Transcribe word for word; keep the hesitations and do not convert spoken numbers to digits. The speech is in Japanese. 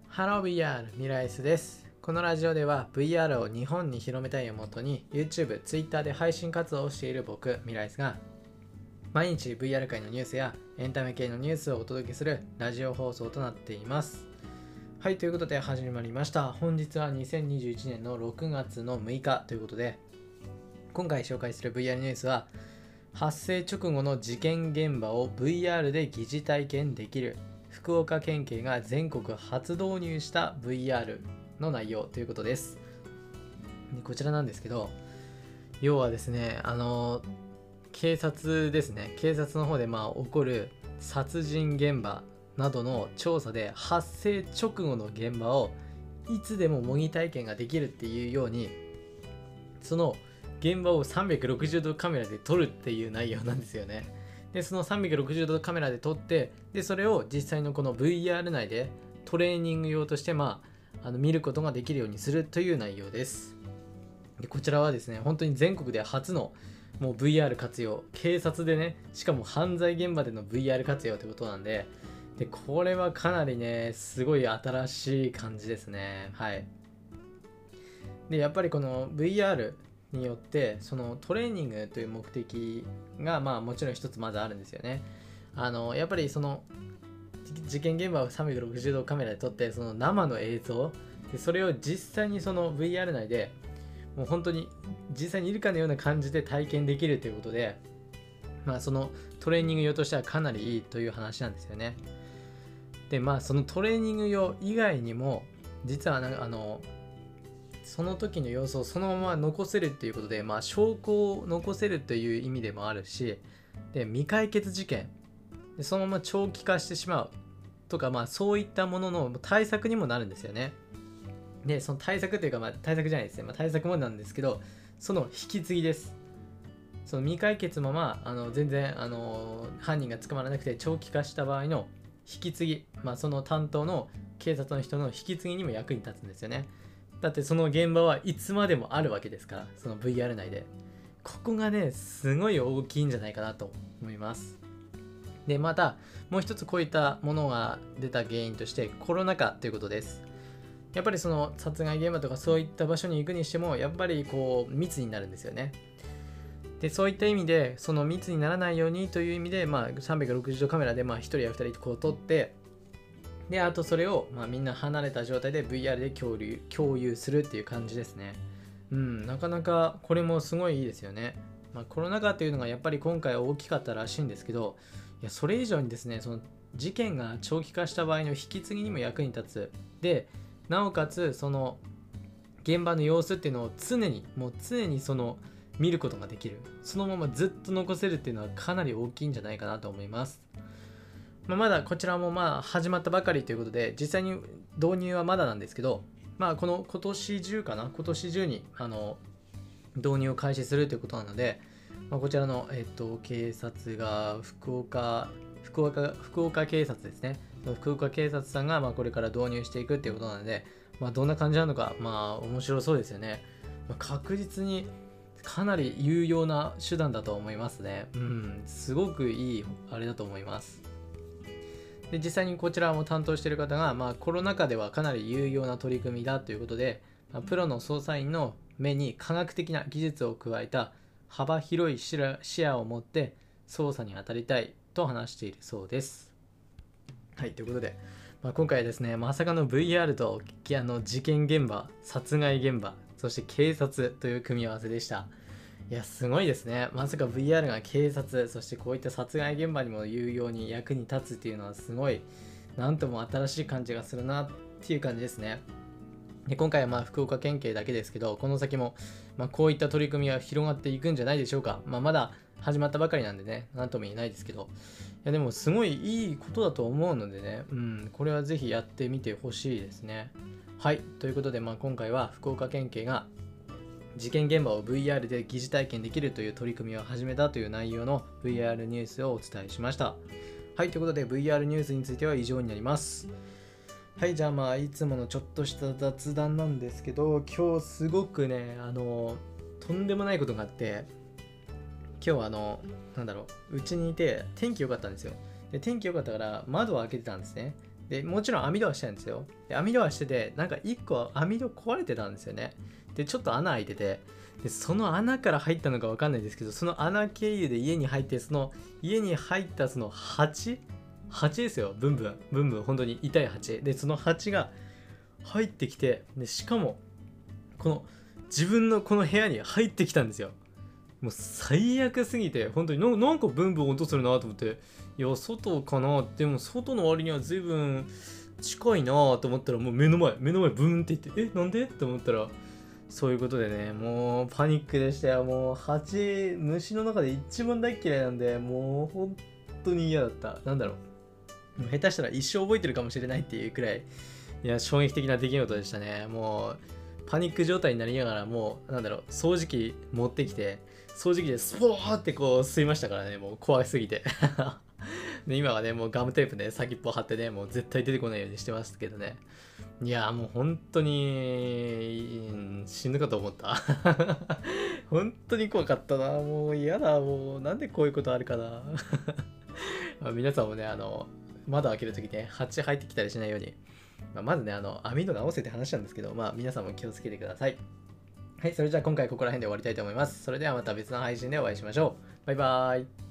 ハロー ブイアール ミライスです。このラジオでは ブイアール を日本に広めたいをもとに YouTube、Twitter で配信活動をしている僕、ミライスが毎日 ブイアール 界のニュースやエンタメ系のニュースをお届けするラジオ放送となっています。はい、ということで始まりました。本日はにせんにじゅういちねんのろくがつのむいかということで、今回紹介する ブイアール ニュースは発生直後の事件現場を ブイアール で疑似体験できる、福岡県警が全国初導入した ブイアール の内容ということです。でこちらなんですけど、要はですね、あの警察ですね、警察の方でまあ起こる殺人現場などの調査で発生直後の現場をいつでも模擬体験ができるっていうように、その現場をさんびゃくろくじゅうどカメラで撮るっていう内容なんですよね。でそのさんびゃくろくじゅうどカメラで撮って、でそれを実際のこの ブイアール 内でトレーニング用として、まあ、あの見ることができるようにするという内容です。でこちらはですね、本当に全国で初のもう ブイアール 活用、警察でね、しかも犯罪現場での ブイアール 活用ということなんで、でこれはかなりね、すごい新しい感じですね。はい。でやっぱりこの ブイアールによってそのトレーニングという目的がまあもちろん一つまずあるんですよね。あのやっぱりその事件現場をさんびゃくろくじゅうどカメラで撮って、その生の映像でそれを実際にその ブイアール 内でもう本当に実際にいるかのような感じで体験できるということで、まあそのトレーニング用としてはかなりいいという話なんですよね。でまあそのトレーニング用以外にも実はなんかあのその時の様子をそのまま残せるっていうことで、まあ、証拠を残せるという意味でもあるし、で未解決事件でそのまま長期化してしまうとか、まあ、そういったものの対策にもなるんですよね。でその対策というか、まあ、対策じゃないですね、まあ、対策もなんですけど、その引き継ぎです。その未解決ままあの全然あの犯人が捕まらなくて長期化した場合の引き継ぎ、まあ、その担当の警察の人の引き継ぎにも役に立つんですよね。だってその現場はいつまでもあるわけですから、その ブイアール 内で。ここがね、すごい大きいんじゃないかなと思います。で、また、もう一つこういったものが出た原因として、コロナ禍ということです。やっぱりその殺害現場とかそういった場所に行くにしても、やっぱりこう、密になるんですよね。で、そういった意味で、その密にならないようにという意味で、まあ、さんびゃくろくじゅうどカメラで、まあ、ひとりやふたりこう撮って、であとそれを、まあ、みんな離れた状態で ブイアール で共有、共有するっていう感じですね。うん、なかなかこれもすごいいいですよね。まあ、コロナ禍っていうのがやっぱり今回大きかったらしいんですけど、いやそれ以上にですね、その事件が長期化した場合の引き継ぎにも役に立つ。で、なおかつその現場の様子っていうのを常に、もう常にその見ることができる。そのままずっと残せるっていうのはかなり大きいんじゃないかなと思います。まあ、まだこちらもまあ始まったばかりということで、実際に導入はまだなんですけど、まあ、この今年中かな、今年中にあの導入を開始するということなので、まあ、こちらの、えっと、警察が福岡、福岡、福岡警察ですね。福岡警察さんがまあこれから導入していくということなので、まあ、どんな感じなのか、まあ面白そうですよね。まあ、確実にかなり有用な手段だと思いますね。うん、すごくいいあれだと思います。で実際にこちらも担当している方が、まあ、コロナ禍ではかなり有用な取り組みだということで、まあ、プロの捜査員の目に科学的な技術を加えた幅広い視野を持って捜査に当たりたいと話しているそうです。はい、ということで、まあ、今回はですね、まさかの ブイアール とあの事件現場、殺害現場、そして警察という組み合わせでした。いやすごいですね。まさか ブイアール が警察、そしてこういった殺害現場にも有用に役に立つっていうのはすごい、なんとも新しい感じがするなっていう感じですね。で今回はまあ福岡県警だけですけど、この先もまあこういった取り組みは広がっていくんじゃないでしょうか。まあ、まだ始まったばかりなんでね、なんとも言えないですけど、いやでもすごいいいことだと思うのでね、うん、これはぜひやってみてほしいですね。はい、ということで、まあ、今回は福岡県警が事件現場を ブイアール で疑似体験できるという取り組みを始めたという内容の ブイアール ニュースをお伝えしました。はい、ということで ブイアール ニュースについては以上になります。はい、じゃあまあいつものちょっとした雑談なんですけど、今日すごくね、あのとんでもないことがあって、今日はあのなんだろう、うちにいて天気良かったんですよ。で天気良かったから窓を開けてたんですね。 でもちろん網戸はしてるんですよ。で網戸はしてて、なんかいっこ網戸壊れてたんですよね。でちょっと穴開いてて、でその穴から入ったのか分かんないですけど、その穴経由で家に入って、その家に入ったその蜂蜂ですよ、ブンブンブンブン、本当に痛い蜂で、その蜂が入ってきて、でしかもこの自分のこの部屋に入ってきたんですよ。もう最悪すぎて、本当にななんかブンブン音するなと思って、いや外かな、でも外の割には随分近いなと思ったら、もう目の前目の前ブーンって言って、えなんでって思ったら、そういうことでね、もうパニックでしたよ。もう蜂、虫の中で一番大嫌いなんで、もう本当に嫌だった。なんだろう、もう下手したら一生覚えてるかもしれないっていうくらい、いや衝撃的な出来事でしたね。もうパニック状態になりながら、もうなんだろう、掃除機持ってきて、掃除機でスポーってこう吸いましたからね、もう怖すぎてで今はね、もうガムテープで先っぽ貼ってね、もう絶対出てこないようにしてますけどね。いやーもう本当に、うん、死ぬかと思った本当に怖かったな。もう嫌だ。もうなんでこういうことあるかなまあ皆さんもね、あの窓開けるときね、蜂入ってきたりしないように、まあ、まずね、あの網戸直せって話なんですけど、まあ皆さんも気をつけてください。はい、それじゃあ今回ここら辺で終わりたいと思います。それではまた別の配信でお会いしましょう。バイバーイ。